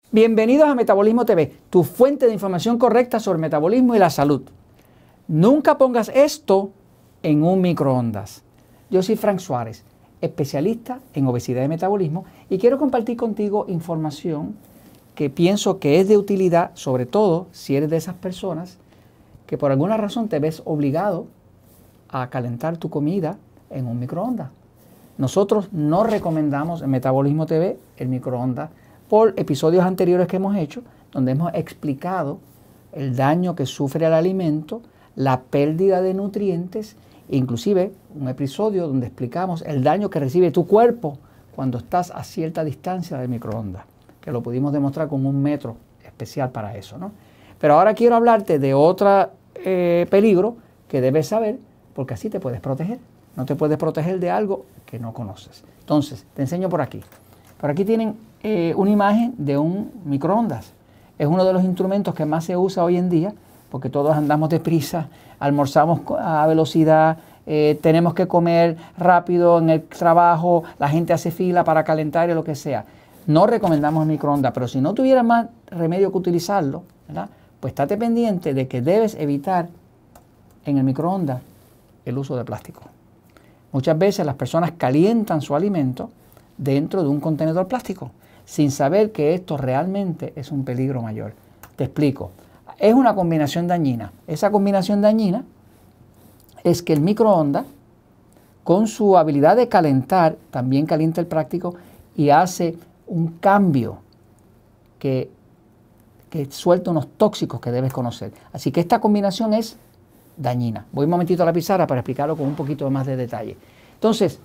Bienvenidos a Metabolismo TV, tu fuente de información correcta sobre metabolismo y la salud. Nunca pongas esto en un microondas. Yo soy Frank Suárez, especialista en obesidad y metabolismo, y quiero compartir contigo información que pienso que es de utilidad, sobre todo si eres de esas personas que por alguna razón te ves obligado a calentar tu comida en un microondas. Nosotros no recomendamos en Metabolismo TV el microondas por episodios anteriores que hemos hecho, donde hemos explicado el daño que sufre el alimento, la pérdida de nutrientes, inclusive un episodio donde explicamos el daño que recibe tu cuerpo cuando estás a cierta distancia del microondas, que lo pudimos demostrar con un método especial para eso, ¿no? Pero ahora quiero hablarte de otro peligro que debes saber, porque así te puedes proteger. No te puedes proteger de algo que no conoces. Entonces, te enseño por aquí. Por aquí tienen una imagen de un microondas. Es uno de los instrumentos que más se usa hoy en día, porque todos andamos deprisa, almorzamos a velocidad, tenemos que comer rápido en el trabajo, la gente hace fila para calentar y lo que sea. No recomendamos el microondas, pero si no tuvieras más remedio que utilizarlo, ¿verdad? Pues estate pendiente de que debes evitar en el microondas el uso de plástico. Muchas veces las personas calientan su alimento dentro de un contenedor plástico, sin saber que esto realmente es un peligro mayor. Te explico. Es una combinación dañina. Esa combinación dañina es que el microondas, con su habilidad de calentar, también calienta el plástico y hace un cambio que suelta unos tóxicos que debes conocer. Así que esta combinación es dañina. Voy un momentito a la pizarra para explicarlo con un poquito más de detalle. Entonces,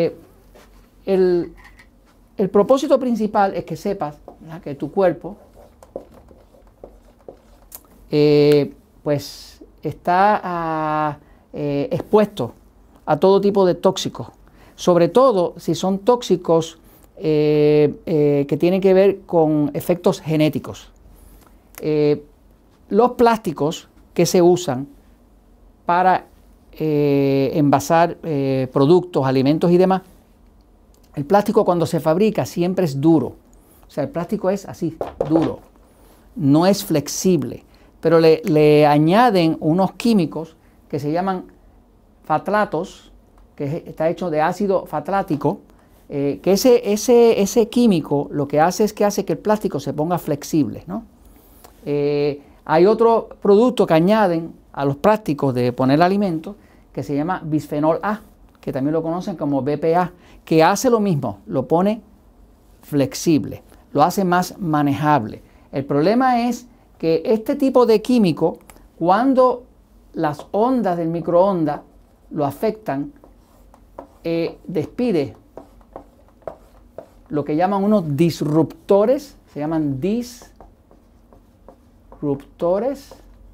el propósito principal es que sepas, ¿verdad?, que tu cuerpo pues está expuesto a todo tipo de tóxicos, sobre todo si son tóxicos que tienen que ver con efectos genéticos. Los plásticos que se usan para envasar productos, alimentos y demás, el plástico cuando se fabrica siempre es duro. O sea, el plástico es así, duro. No es flexible. Pero le añaden unos químicos que se llaman fatlatos, que está hecho de ácido fatlático, que ese químico lo que hace es que hace que el plástico se ponga flexible, ¿no? Hay otro producto que añaden a los plásticos de poner alimentos que se llama bisfenol A, que también lo conocen como BPA, que hace lo mismo, lo pone flexible, lo hace más manejable. El problema es que este tipo de químico, cuando las ondas del microondas lo afectan, despide lo que llaman unos disruptores, se llaman disruptores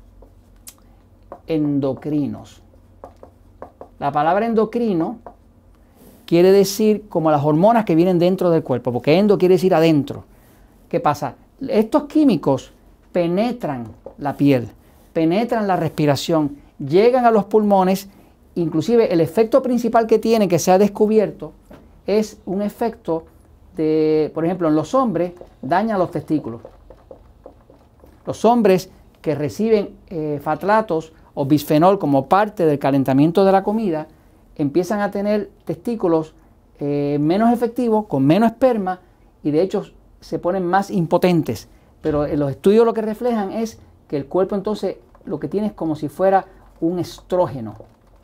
endocrinos. La palabra endocrino quiere decir como las hormonas que vienen dentro del cuerpo, porque endo quiere decir adentro. ¿Qué pasa? Estos químicos penetran la piel, penetran la respiración, llegan a los pulmones. Inclusive el efecto principal que tiene, que se ha descubierto, es un efecto de, por ejemplo, en los hombres, daña los testículos. Los hombres que reciben fatlatos o bisfenol como parte del calentamiento de la comida, empiezan a tener testículos menos efectivos, con menos esperma, y de hecho se ponen más impotentes. Pero en los estudios lo que reflejan es que el cuerpo entonces lo que tiene es como si fuera un estrógeno.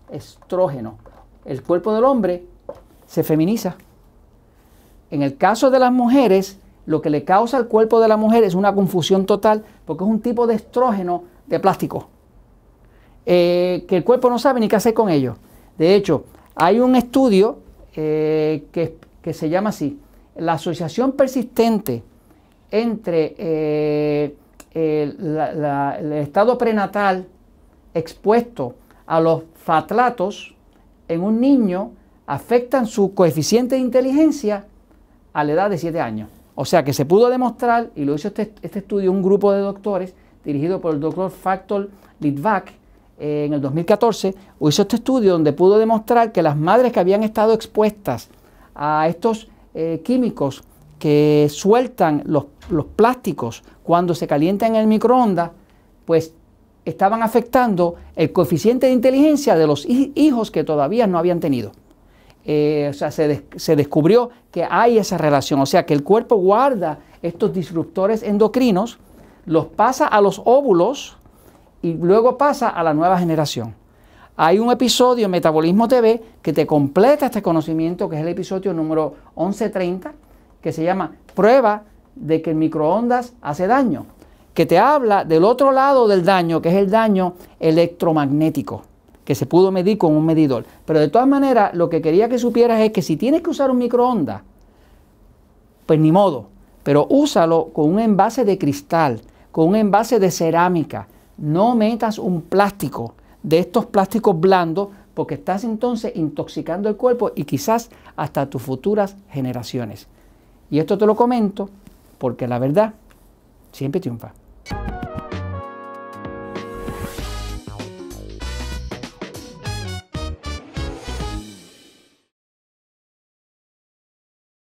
El cuerpo del hombre se feminiza. En el caso de las mujeres, lo que le causa al cuerpo de la mujer es una confusión total, porque es un tipo de estrógeno de plástico, que el cuerpo no sabe ni qué hacer con ello. De hecho, hay un estudio que se llama así: la asociación persistente entre el estado prenatal expuesto a los fatlatos en un niño afectan su coeficiente de inteligencia a la edad de 7 años. O sea que se pudo demostrar, y lo hizo este estudio un grupo de doctores dirigido por el doctor Factor Litvak en el 2014, hizo este estudio donde pudo demostrar que las madres que habían estado expuestas a estos químicos que sueltan los plásticos cuando se calientan en el microondas, pues estaban afectando el coeficiente de inteligencia de los hijos que todavía no habían tenido. O sea, se descubrió que hay esa relación, o sea, que el cuerpo guarda estos disruptores endocrinos, los pasa a los óvulos y luego pasa a la nueva generación. Hay un episodio en Metabolismo TV que te completa este conocimiento, que es el episodio número 1130, que se llama Prueba de que el microondas hace daño, que te habla del otro lado del daño, que es el daño electromagnético, que se pudo medir con un medidor. Pero de todas maneras, lo que quería que supieras es que si tienes que usar un microondas, pues ni modo, pero úsalo con un envase de cristal, con un envase de cerámica. No metas un plástico de estos plásticos blandos, porque estás entonces intoxicando el cuerpo y quizás hasta tus futuras generaciones. Y esto te lo comento porque la verdad siempre triunfa.